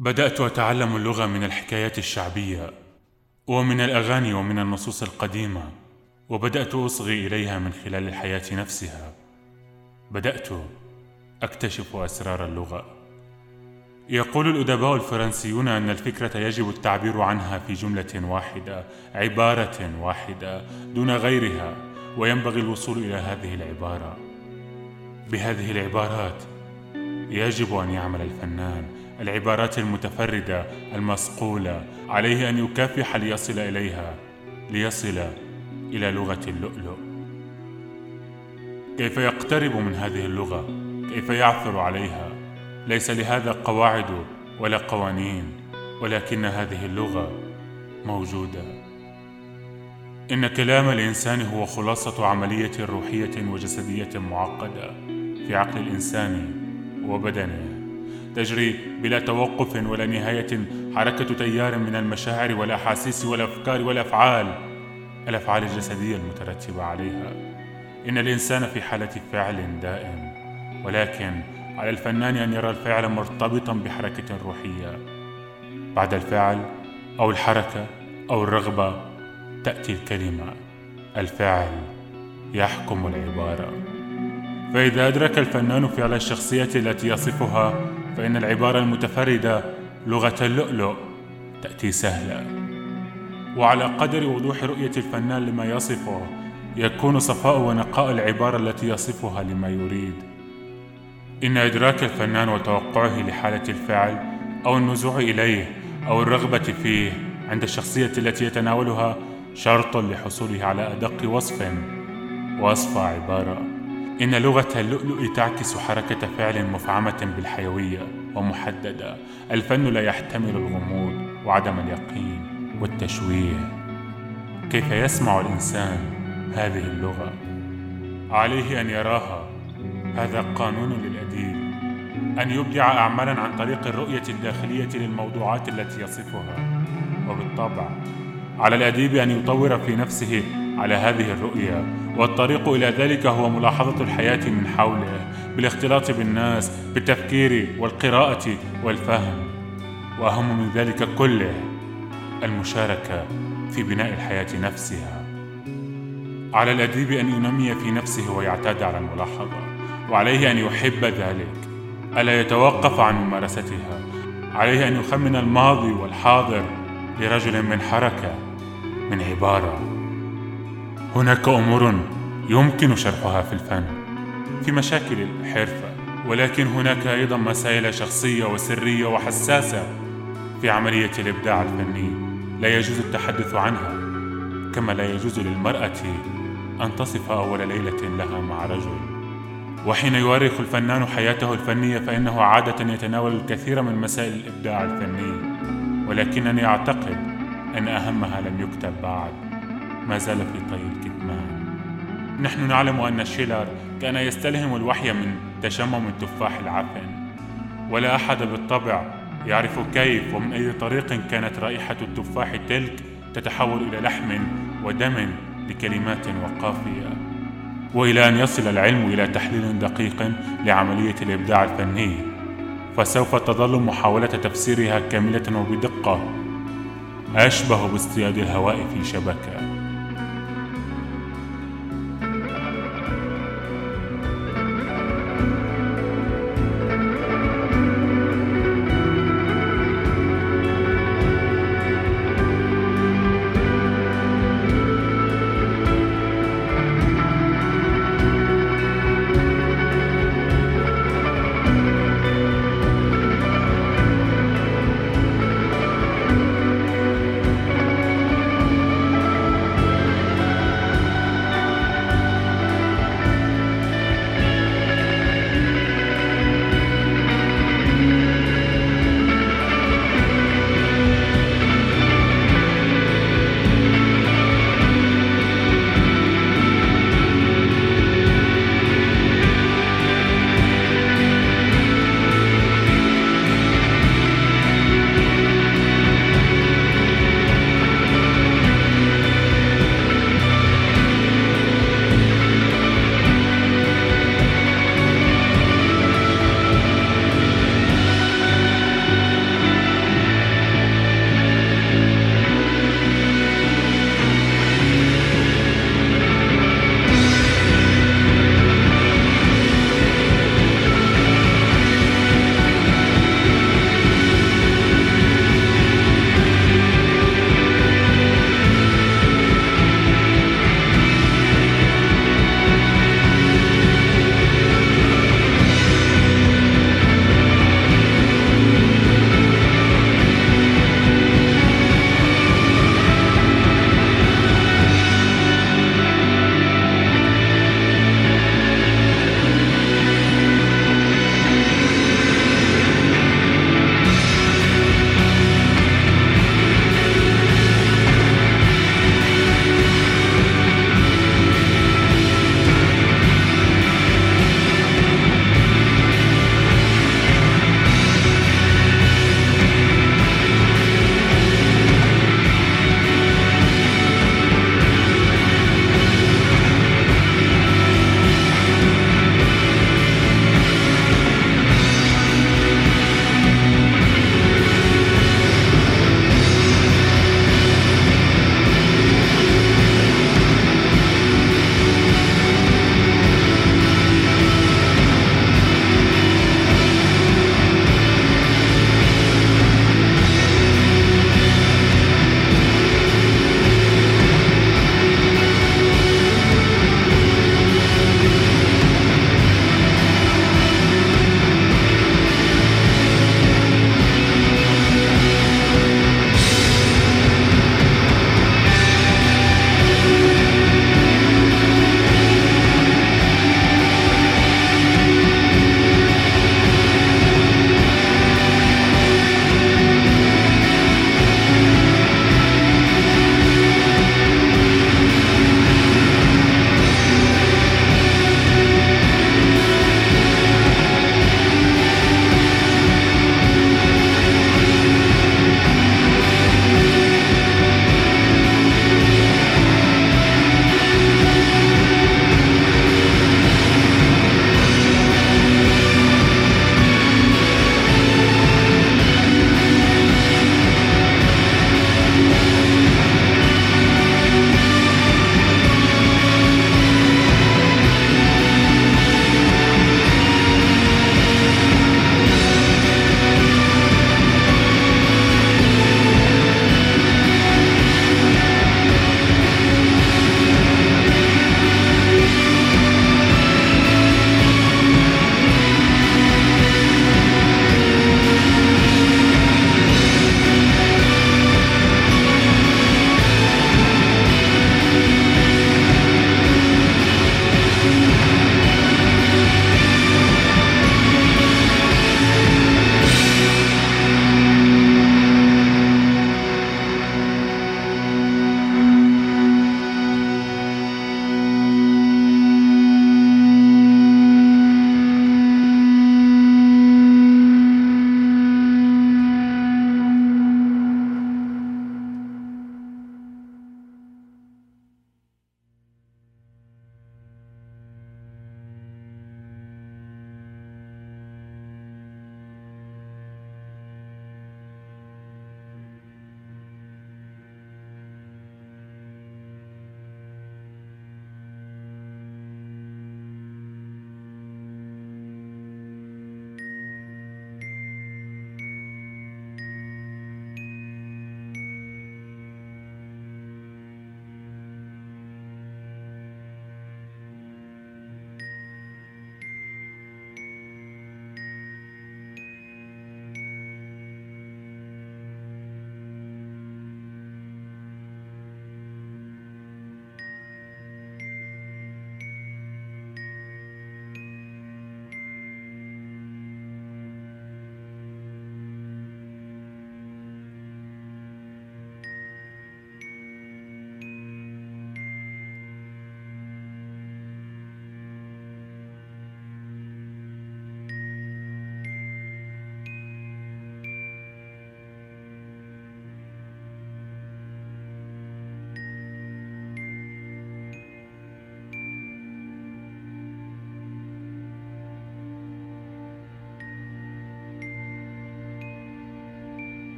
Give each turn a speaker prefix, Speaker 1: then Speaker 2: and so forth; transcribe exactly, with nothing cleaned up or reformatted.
Speaker 1: بدأت أتعلم اللغة من الحكايات الشعبية ومن الأغاني ومن النصوص القديمة، وبدأت أصغي إليها من خلال الحياة نفسها. بدأت أكتشف أسرار اللغة. يقول الأدباء الفرنسيون أن الفكرة يجب التعبير عنها في جملة واحدة، عبارة واحدة دون غيرها، وينبغي الوصول إلى هذه العبارة. بهذه العبارات يجب أن يعمل الفنان. العبارات المتفردة المصقولة عليه أن يكافح ليصل إليها، ليصل إلى لغة اللؤلؤ. كيف يقترب من هذه اللغة؟ كيف يعثر عليها؟ ليس لهذا قواعد ولا قوانين، ولكن هذه اللغة موجودة. إن كلام الإنسان هو خلاصة عملية روحية وجسدية معقدة في عقل الإنسان وبدنه، تجري بلا توقف ولا نهاية، حركة تيار من المشاعر والأحاسيس والأفكار والأفعال، الأفعال الجسدية المترتبة عليها. إن الإنسان في حالة فعل دائم، ولكن على الفنان أن يرى الفعل مرتبطا بحركة روحية. بعد الفعل أو الحركة أو الرغبة تأتي الكلمة. الفعل يحكم العبارة. فإذا أدرك الفنان فعل الشخصية التي يصفها، فإن العبارة المتفردة لغة اللؤلؤ تأتي سهلة. وعلى قدر وضوح رؤية الفنان لما يصفه، يكون صفاء ونقاء العبارة التي يصفها لما يريد. إن إدراك الفنان وتوقعه لحالة الفعل أو النزوع إليه أو الرغبة فيه عند الشخصية التي يتناولها شرط لحصوله على أدق وصف وأصفى عبارة. إن لغة اللؤلؤ تعكس حركة فعل مفعمة بالحيوية ومحددة. الفن لا يحتمل الغموض وعدم اليقين والتشويه. كيف يسمع الإنسان هذه اللغة؟ عليه أن يراها. هذا قانون للأديب، أن يبدع أعمالا عن طريق الرؤية الداخلية للموضوعات التي يصفها. وبالطبع على الأديب أن يطور في نفسه على هذه الرؤية، والطريق إلى ذلك هو ملاحظة الحياة من حوله، بالاختلاط بالناس، بالتفكير والقراءة والفهم، وأهم من ذلك كله المشاركة في بناء الحياة نفسها. على الأديب أن ينمي في نفسه ويعتاد على الملاحظة، وعليه أن يحب ذلك، ألا يتوقف عن ممارستها. عليه أن يخمن الماضي والحاضر لرجل من حركة، من عبارة. هناك أمور يمكن شرحها في الفن، في مشاكل الحرفة، ولكن هناك أيضا مسائل شخصية وسرية وحساسة في عملية الإبداع الفني لا يجوز التحدث عنها، كما لا يجوز للمرأة أن تصف أول ليلة لها مع رجل. وحين يؤرخ الفنان حياته الفنية فإنه عادة يتناول الكثير من مسائل الإبداع الفني، ولكنني أعتقد أن أهمها لم يكتب بعد، ما زال في طي الكتمان. نحن نعلم أن شيلر كان يستلهم الوحي من تشمم التفاح العفن، ولا أحد بالطبع يعرف كيف ومن أي طريق كانت رائحة التفاح تلك تتحول إلى لحم ودم لكلمات وقافية، وإلى أن يصل العلم إلى تحليل دقيق لعملية الإبداع الفني، فسوف تظل محاولة تفسيرها كاملة وبدقة أشبه باصطياد الهواء في شبكة.